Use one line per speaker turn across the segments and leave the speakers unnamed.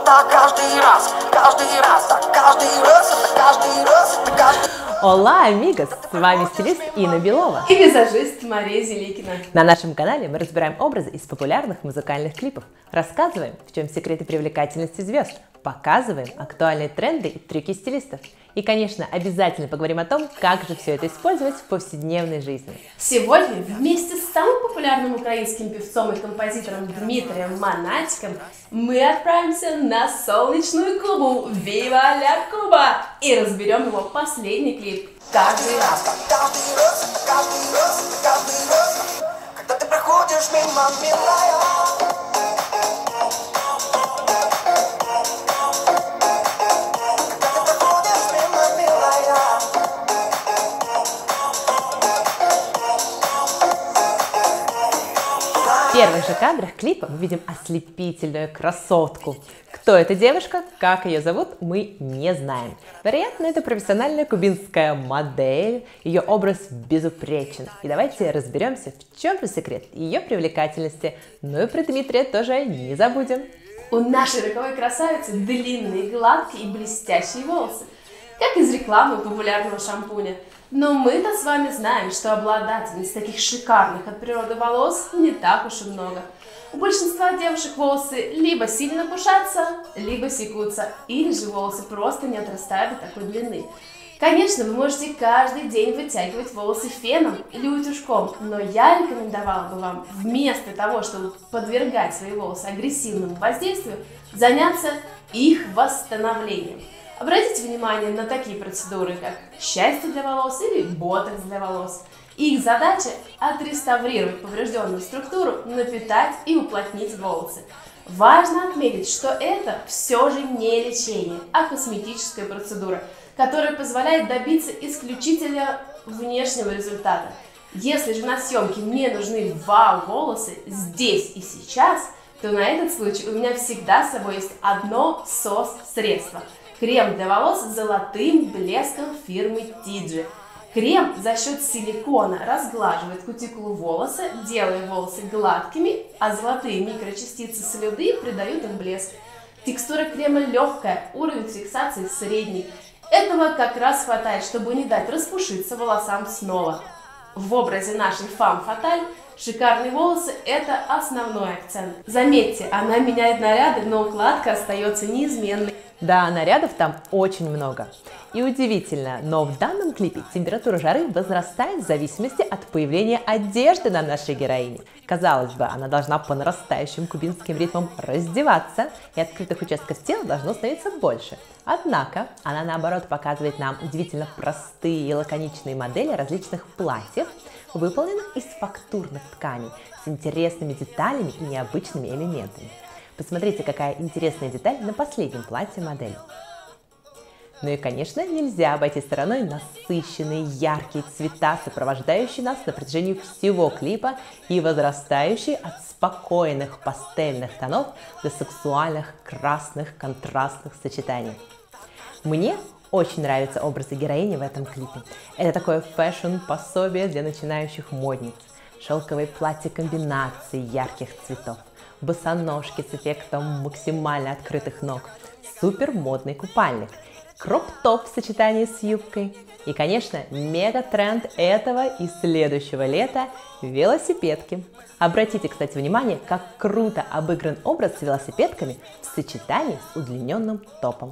так каждый раз, так каждый раз, это каждый раз, это каждый.
Ола, амигос! С вами стилист Инна Белова
и визажист Мария Зеликина.
На нашем канале мы разбираем образы из популярных музыкальных клипов, рассказываем, в чем секреты привлекательности звезд, показываем актуальные тренды и трюки стилистов. И, конечно, обязательно поговорим о том, как же все это использовать в повседневной жизни.
Сегодня вместе с самым популярным украинским певцом и композитором Дмитрием Монатиком мы отправимся на солнечную Кубу «Viva la Cuba» и разберем его последний клип «Каждый раз».
Каждый раз, когда ты проходишь мимо, милая.
В первых же кадрах клипа мы видим ослепительную красотку. Кто эта девушка, как ее зовут, мы не знаем. Вероятно, это профессиональная кубинская модель, ее образ безупречен. И давайте разберемся, в чем же секрет ее привлекательности. Ну и про Дмитрия тоже не забудем.
У нашей роковой красавицы длинные, гладкие и блестящие волосы, как из рекламы популярного шампуня. Но мы-то с вами знаем, что обладательниц таких шикарных от природы волос не так уж и много. У большинства девушек волосы либо сильно пушатся, либо секутся, или же волосы просто не отрастают до такой длины. Конечно, вы можете каждый день вытягивать волосы феном или утюжком, но я рекомендовала бы вам вместо того, чтобы подвергать свои волосы агрессивному воздействию, заняться их восстановлением. Обратите внимание на такие процедуры, как счастье для волос или ботокс для волос. Их задача – отреставрировать поврежденную структуру, напитать и уплотнить волосы. Важно отметить, что это все же не лечение, а косметическая процедура, которая позволяет добиться исключительно внешнего результата. Если же на съемке мне нужны вау-волосы здесь и сейчас, то на этот случай у меня всегда с собой есть одно средство. Крем для волос с золотым блеском фирмы Tigi. Крем за счет силикона разглаживает кутикулу волоса, делая волосы гладкими, а золотые микрочастицы слюды придают им блеск. Текстура крема легкая, уровень фиксации средний. Этого как раз хватает, чтобы не дать распушиться волосам снова. В образе нашей фам фаталь шикарные волосы – это основной акцент. Заметьте, она меняет наряды, но укладка остается неизменной.
Да, нарядов там очень много. И удивительно, но в данном клипе температура жары возрастает в зависимости от появления одежды на нашей героине. Казалось бы, она должна по нарастающим кубинским ритмам раздеваться, и открытых участков тела должно становиться больше. Однако она, наоборот, показывает нам удивительно простые и лаконичные модели различных платьев, выполненных из фактурных тканей, с интересными деталями и необычными элементами. Посмотрите, какая интересная деталь на последнем платье модели. Ну и, конечно, нельзя обойти стороной насыщенные яркие цвета, сопровождающие нас на протяжении всего клипа и возрастающие от спокойных пастельных тонов до сексуальных красных контрастных сочетаний. Мне очень нравятся образы героини в этом клипе. Это такое фэшн-пособие для начинающих модниц. Шелковые платья комбинации ярких цветов, босоножки с эффектом максимально открытых ног, супер модный купальник, кроп-топ в сочетании с юбкой и, конечно, мега-тренд этого и следующего лета – велосипедки. Обратите, кстати, внимание, как круто обыгран образ с велосипедками в сочетании с удлиненным топом.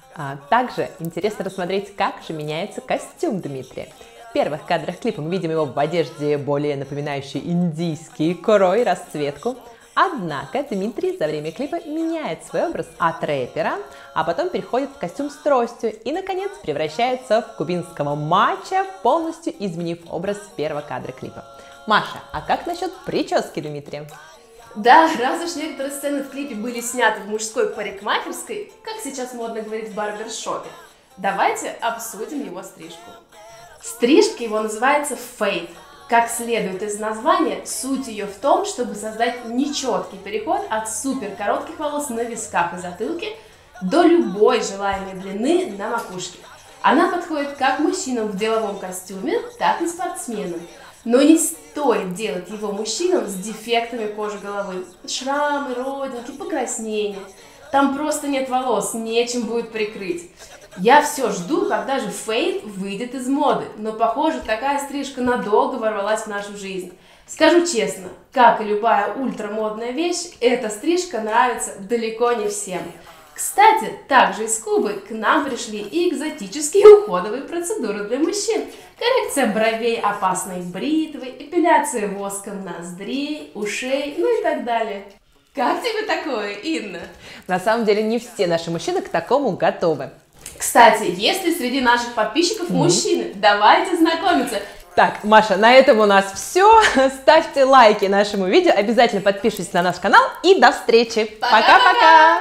Также интересно рассмотреть, как же меняется костюм Дмитрия. В первых кадрах клипа мы видим его в одежде, более напоминающей индийский крой, расцветку. Однако Дмитрий за время клипа меняет свой образ от рэпера, а потом переходит в костюм с тростью и, наконец, превращается в кубинского мачо, полностью изменив образ первого кадра клипа. Маша, а как насчет прически Дмитрия?
Да, раз уж некоторые сцены в клипе были сняты в мужской парикмахерской, как сейчас модно говорить в барбершопе, давайте обсудим его стрижку. Стрижка его называется фейд. Как следует из названия, суть ее в том, чтобы создать нечеткий переход от супер коротких волос на висках и затылке до любой желаемой длины на макушке. Она подходит как мужчинам в деловом костюме, так и спортсменам. Но не стоит делать его мужчинам с дефектами кожи головы. Шрамы, родинки, покраснения. Там просто нет волос, нечем будет прикрыть. Я все жду, когда же фейд выйдет из моды, но, похоже, такая стрижка надолго ворвалась в нашу жизнь. Скажу честно, как и любая ультрамодная вещь, эта стрижка нравится далеко не всем. Кстати, также из Кубы к нам пришли и экзотические уходовые процедуры для мужчин. Коррекция бровей опасной бритвой, эпиляция воском ноздрей, ушей, ну и так далее. Как тебе такое, Инна?
На самом деле не все наши мужчины к такому готовы.
Кстати, если среди наших подписчиков мужчины, давайте знакомиться.
Так, Маша, на этом у нас все. Ставьте лайки нашему видео, обязательно подпишитесь на наш канал и до встречи. Пока-пока!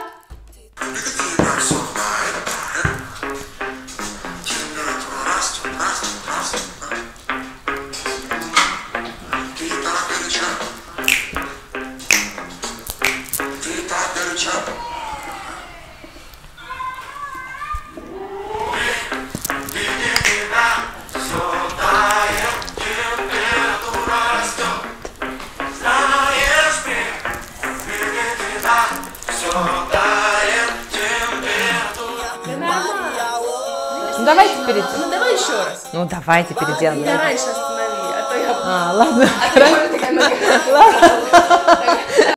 Ну давайте перейдем.
Ну давай еще раз.
Ну давайте переделаем.
Меня раньше останови, а то я...
Ладно.
А то я такая...